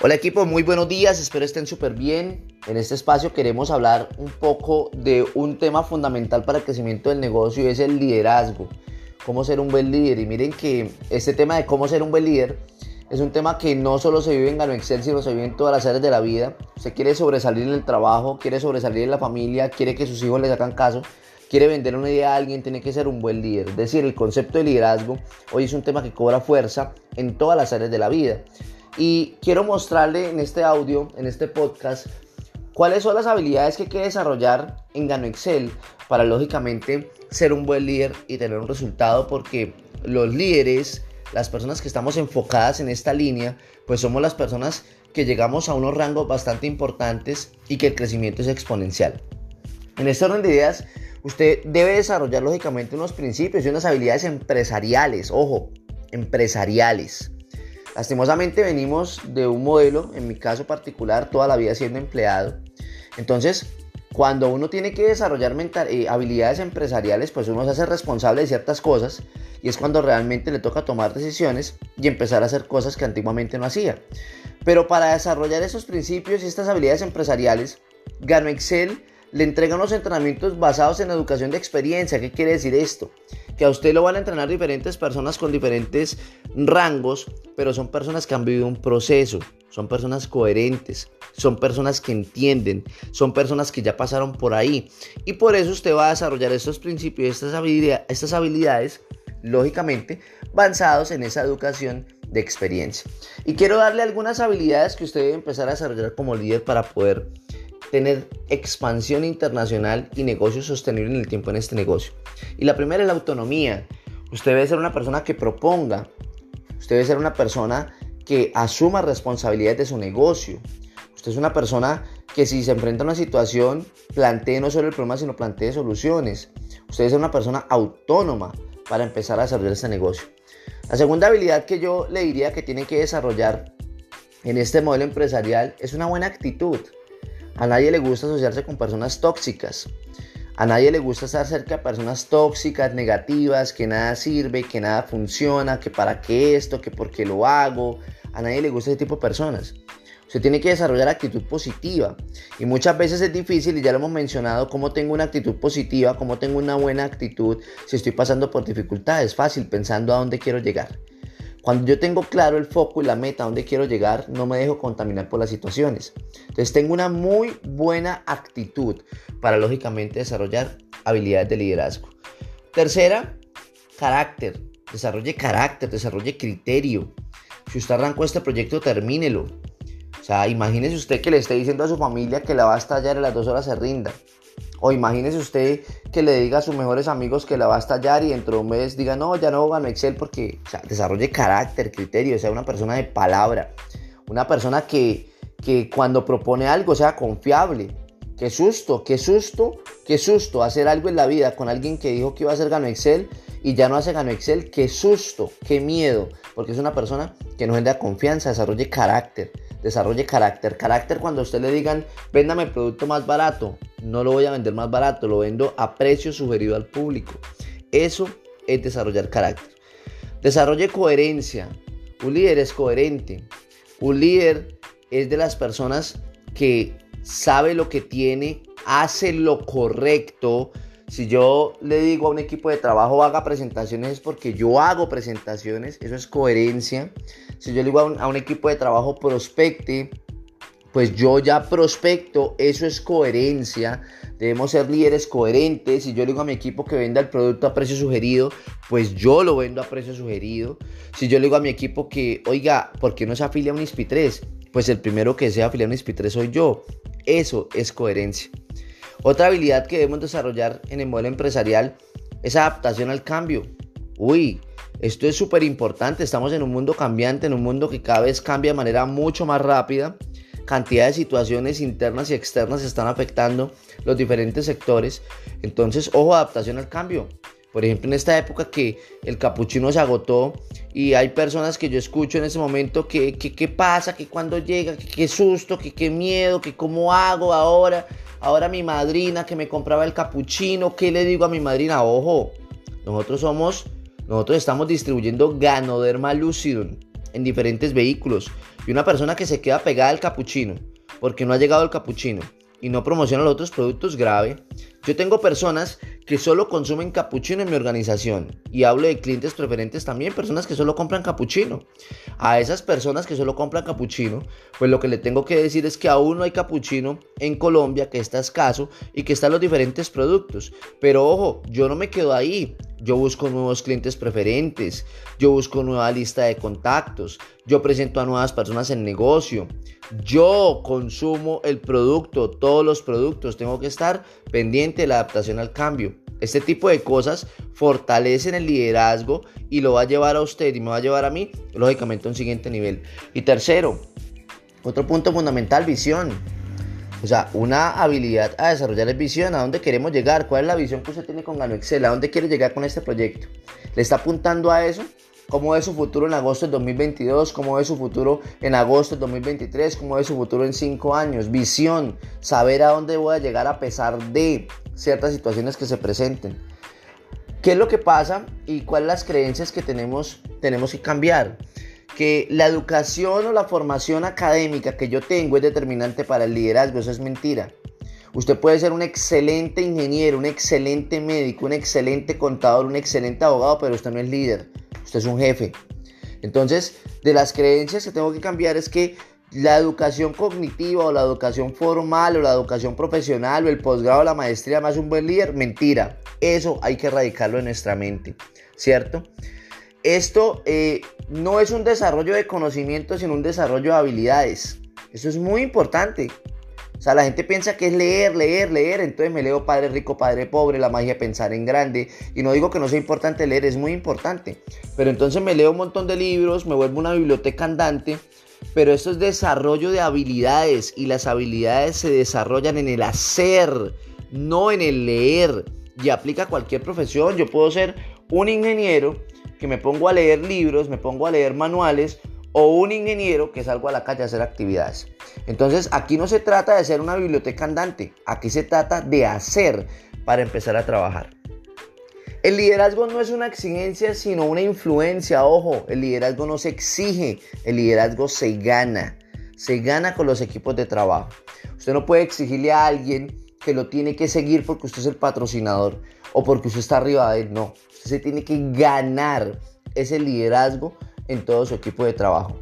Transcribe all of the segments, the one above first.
Hola equipo, muy buenos días, espero estén súper bien. En este espacio queremos hablar un poco de un tema fundamental para el crecimiento del negocio y es el liderazgo. Cómo ser un buen líder. Y miren que este tema de cómo ser un buen líder es un tema que no solo se vive en Gano Excel, sino se vive en todas las áreas de la vida. Usted quiere sobresalir en el trabajo, quiere sobresalir en la familia, quiere que sus hijos les hagan caso, quiere vender una idea a alguien, tiene que ser un buen líder. Es decir, el concepto de liderazgo hoy es un tema que cobra fuerza en todas las áreas de la vida. Y quiero mostrarle en este audio, en este podcast, cuáles son las habilidades que hay que desarrollar en Gano Excel para lógicamente ser un buen líder y tener un resultado, porque los líderes, las personas que estamos enfocadas en esta línea, pues somos las personas que llegamos a unos rangos bastante importantes y que el crecimiento es exponencial. En este orden de ideas, usted debe desarrollar lógicamente unos principios y unas habilidades empresariales, ojo, empresariales. Lastimosamente venimos de un modelo, en mi caso particular, toda la vida siendo empleado. Entonces, cuando uno tiene que desarrollar habilidades empresariales, pues uno se hace responsable de ciertas cosas y es cuando realmente le toca tomar decisiones y empezar a hacer cosas que antiguamente no hacía. Pero para desarrollar esos principios y estas habilidades empresariales, Gano Excel le entrega unos entrenamientos basados en educación de experiencia. ¿Qué quiere decir esto? Que a usted lo van a entrenar diferentes personas con diferentes rangos, pero son personas que han vivido un proceso, son personas coherentes, son personas que entienden, son personas que ya pasaron por ahí. Y por eso usted va a desarrollar estos principios, estas habilidades, lógicamente, basados en esa educación de experiencia. Y quiero darle algunas habilidades que usted debe empezar a desarrollar como líder para poder tener expansión internacional y negocio sostenible en el tiempo en este negocio. Y la primera es la autonomía. Usted debe ser una persona que proponga. Usted debe ser una persona que asuma responsabilidades de su negocio. Usted es una persona que si se enfrenta a una situación, plantee no solo el problema, sino plantee soluciones. Usted debe ser una persona autónoma para empezar a desarrollar este negocio. La segunda habilidad que yo le diría que tiene que desarrollar en este modelo empresarial es una buena actitud. A nadie le gusta asociarse con personas tóxicas. A nadie le gusta estar cerca de personas tóxicas, negativas, que nada sirve, que nada funciona, que para qué esto, que por qué lo hago. A nadie le gusta ese tipo de personas. Usted tiene que desarrollar actitud positiva. Y muchas veces es difícil, y ya lo hemos mencionado, cómo tengo una actitud positiva, cómo tengo una buena actitud si estoy pasando por dificultades. Fácil, pensando a dónde quiero llegar. Cuando yo tengo claro el foco y la meta a dónde quiero llegar, no me dejo contaminar por las situaciones. Entonces tengo una muy buena actitud para lógicamente desarrollar habilidades de liderazgo. Tercera, carácter. Desarrolle criterio. Si usted arrancó este proyecto, termínelo. O sea, imagínese usted que le esté diciendo a su familia que la va a estallar y a las 2 horas se rinda. O imagínese usted que le diga a sus mejores amigos que la va a estallar y dentro de un mes diga, no, ya no Gano Excel, porque desarrolle carácter, criterio, sea una persona de palabra, una persona que cuando propone algo sea confiable. Qué susto hacer algo en la vida con alguien que dijo que iba a hacer Gano Excel y ya no hace Gano Excel. Qué susto, qué miedo, porque es una persona que no genera confianza. Desarrolle carácter. Carácter cuando a usted le digan, véndame el producto más barato. No lo voy a vender más barato, lo vendo a precio sugerido al público. Eso es desarrollar carácter. Desarrolle coherencia. Un líder es coherente. Un líder es de las personas que sabe lo que tiene, hace lo correcto. Si yo le digo a un equipo de trabajo haga presentaciones, es porque yo hago presentaciones. Eso es coherencia. Si yo le digo a un equipo de trabajo prospecte, pues yo ya prospecto. Eso es coherencia. Debemos ser líderes coherentes. Si yo le digo a mi equipo que venda el producto a precio sugerido, pues yo lo vendo a precio sugerido. Si yo le digo a mi equipo que, oiga, ¿por qué no se afilia a un ISP3? Pues el primero que se afiliar a un ISP3 soy yo. Eso es coherencia. Otra habilidad que debemos desarrollar en el modelo empresarial es adaptación al cambio. Esto es súper importante. Estamos en un mundo cambiante, en un mundo que cada vez cambia de manera mucho más rápida. Cantidad de situaciones internas y externas están afectando los diferentes sectores. Entonces, ojo, adaptación al cambio. Por ejemplo, en esta época que el capuchino se agotó y hay personas que yo escucho en ese momento que qué pasa, que cuando llega, que qué susto, que qué miedo, que cómo hago ahora mi madrina que me compraba el capuchino, ¿qué le digo a mi madrina? Ojo, nosotros estamos distribuyendo Ganoderma Lucidum. en diferentes vehículos. Y una persona que se queda pegada al capuchino porque no ha llegado el capuchino y no promociona los otros productos, grave. Yo tengo personas que solo consumen capuchino en mi organización y hablo de clientes preferentes también, personas que solo compran capuchino. A esas personas que solo compran capuchino, pues lo que le tengo que decir es que aún no hay capuchino en Colombia, que está escaso y que están los diferentes productos. Pero ojo, yo no me quedo ahí. Yo busco nuevos clientes preferentes, yo busco nueva lista de contactos, yo presento a nuevas personas en negocio, yo consumo el producto, todos los productos, tengo que estar pendiente de la adaptación al cambio. Este tipo de cosas fortalecen el liderazgo y lo va a llevar a usted y me va a llevar a mí, lógicamente, a un siguiente nivel. Y tercero, otro punto fundamental, visión. O sea, una habilidad a desarrollar es visión. ¿A dónde queremos llegar? ¿Cuál es la visión que usted tiene con GanoExcel? ¿A dónde quiere llegar con este proyecto? ¿Le está apuntando a eso? ¿Cómo ve su futuro en agosto del 2022? ¿Cómo ve su futuro en agosto del 2023? ¿Cómo ve su futuro en 5 años? Visión, saber a dónde voy a llegar a pesar de ciertas situaciones que se presenten. ¿Qué es lo que pasa y cuáles las creencias que tenemos que cambiar? Que la educación o la formación académica que yo tengo es determinante para el liderazgo. Eso es mentira. Usted puede ser un excelente ingeniero, un excelente médico, un excelente contador, un excelente abogado, pero usted no es líder, usted es un jefe. Entonces, de las creencias que tengo que cambiar es que la educación cognitiva o la educación formal o la educación profesional o el posgrado o la maestría más un buen líder, mentira. Eso hay que erradicarlo en nuestra mente, ¿cierto? Esto no es un desarrollo de conocimiento, sino un desarrollo de habilidades. Eso es muy importante. O sea, la gente piensa que es leer. Entonces me leo Padre Rico, Padre Pobre, La magia de pensar en grande. Y no digo que no sea importante leer, es muy importante. Pero entonces me leo un montón de libros, me vuelvo una biblioteca andante. Pero esto es desarrollo de habilidades. Y las habilidades se desarrollan en el hacer, no en el leer. Y aplica a cualquier profesión. Yo puedo ser un ingeniero que me pongo a leer libros, me pongo a leer manuales, o un ingeniero que salgo a la calle a hacer actividades. Entonces aquí no se trata de ser una biblioteca andante, aquí se trata de hacer para empezar a trabajar. El liderazgo no es una exigencia, sino una influencia. Ojo, el liderazgo no se exige, el liderazgo se gana con los equipos de trabajo. Usted no puede exigirle a alguien que lo tiene que seguir porque usted es el patrocinador o porque usted está arriba de él. No, usted se tiene que ganar ese liderazgo en todo su equipo de trabajo.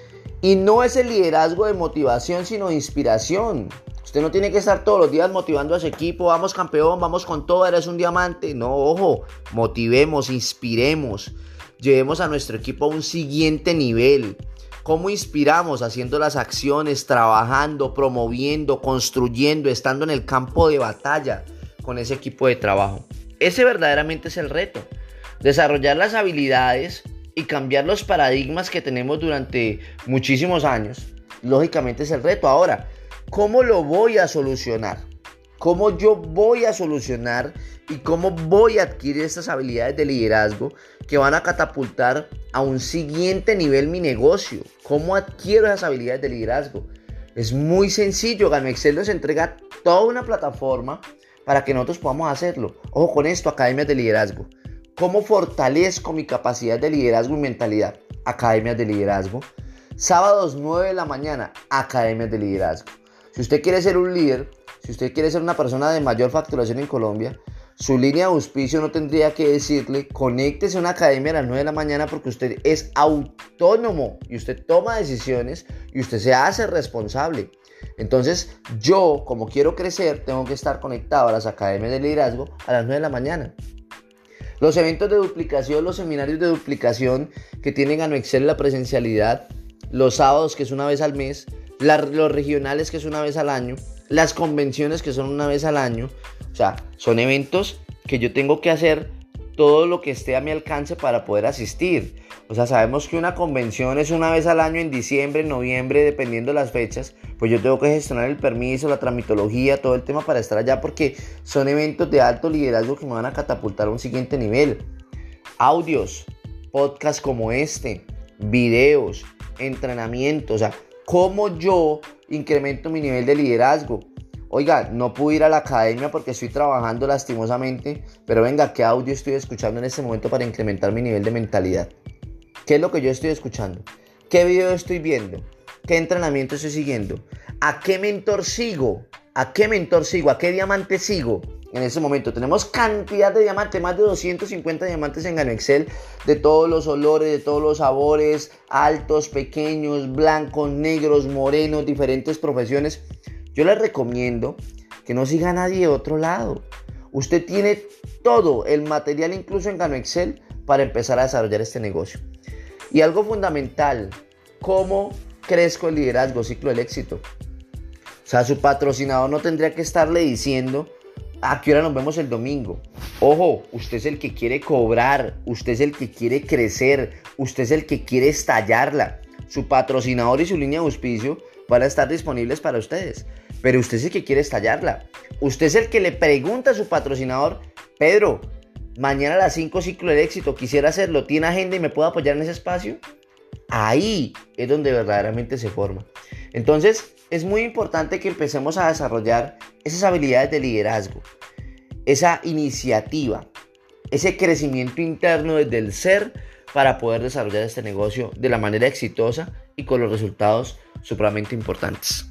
Y no es el liderazgo de motivación, sino de inspiración. Usted no tiene que estar todos los días motivando a su equipo. Vamos campeón, vamos con todo, eres un diamante. No, ojo, motivemos, inspiremos. Llevemos a nuestro equipo a un siguiente nivel. ¿Cómo inspiramos? Haciendo las acciones, trabajando, promoviendo, construyendo, estando en el campo de batalla con ese equipo de trabajo. Ese verdaderamente es el reto. Desarrollar las habilidades y cambiar los paradigmas que tenemos durante muchísimos años, lógicamente es el reto. Ahora, ¿cómo lo voy a solucionar? ¿Cómo yo voy a solucionar y cómo voy a adquirir estas habilidades de liderazgo que van a catapultar a un siguiente nivel mi negocio? ¿Cómo adquiero esas habilidades de liderazgo? Es muy sencillo. GanoExcel nos entrega toda una plataforma para que nosotros podamos hacerlo. Ojo con esto, academias de liderazgo. ¿Cómo fortalezco mi capacidad de liderazgo y mentalidad? Academias de liderazgo. Sábados 9 de la mañana, academias de liderazgo. Si usted quiere ser un líder, si usted quiere ser una persona de mayor facturación en Colombia, su línea de auspicio no tendría que decirle, conéctese a una academia a las 9 de la mañana porque usted es autónomo y usted toma decisiones y usted se hace responsable. Entonces, yo, como quiero crecer, tengo que estar conectado a las academias de liderazgo a las 9 de la mañana. Los eventos de duplicación, los seminarios de duplicación que tienen GanoExcel, la presencialidad, los sábados, que es una vez al mes, los regionales, que es una vez al año, las convenciones, que son una vez al año. O sea, son eventos que yo tengo que hacer todo lo que esté a mi alcance para poder asistir. O sea, sabemos que una convención es una vez al año en diciembre, en noviembre, dependiendo de las fechas. Pues yo tengo que gestionar el permiso, la tramitología, todo el tema para estar allá porque son eventos de alto liderazgo que me van a catapultar a un siguiente nivel. Audios, podcasts como este, videos, entrenamientos. O sea, cómo yo incremento mi nivel de liderazgo. Oiga, no pude ir a la academia porque estoy trabajando lastimosamente, pero venga, ¿qué audio estoy escuchando en este momento para incrementar mi nivel de mentalidad? ¿Qué es lo que yo estoy escuchando? ¿Qué video estoy viendo? ¿Qué entrenamiento estoy siguiendo? ¿A qué mentor sigo? ¿A qué mentor sigo? ¿A qué diamante sigo? En ese momento tenemos cantidad de diamantes, más de 250 diamantes en GanoExcel, de todos los olores, de todos los sabores, altos, pequeños, blancos, negros, morenos, diferentes profesiones. Yo les recomiendo que no siga a nadie de otro lado. Usted tiene todo el material, incluso en GanoExcel, para empezar a desarrollar este negocio. Y algo fundamental, ¿cómo crezco el liderazgo? Ciclo del éxito. O sea, su patrocinador no tendría que estarle diciendo ¿a qué hora nos vemos el domingo? Ojo, usted es el que quiere cobrar, usted es el que quiere crecer, usted es el que quiere estallarla. Su patrocinador y su línea de auspicio van a estar disponibles para ustedes, pero usted es el que quiere estallarla. Usted es el que le pregunta a su patrocinador: Pedro, mañana a las 5 ciclo del éxito, quisiera hacerlo, ¿tiene agenda y me puedo apoyar en ese espacio? Ahí es donde verdaderamente se forma. Entonces, es muy importante que empecemos a desarrollar esas habilidades de liderazgo, esa iniciativa, ese crecimiento interno desde el ser para poder desarrollar este negocio de la manera exitosa y con los resultados supremamente importantes.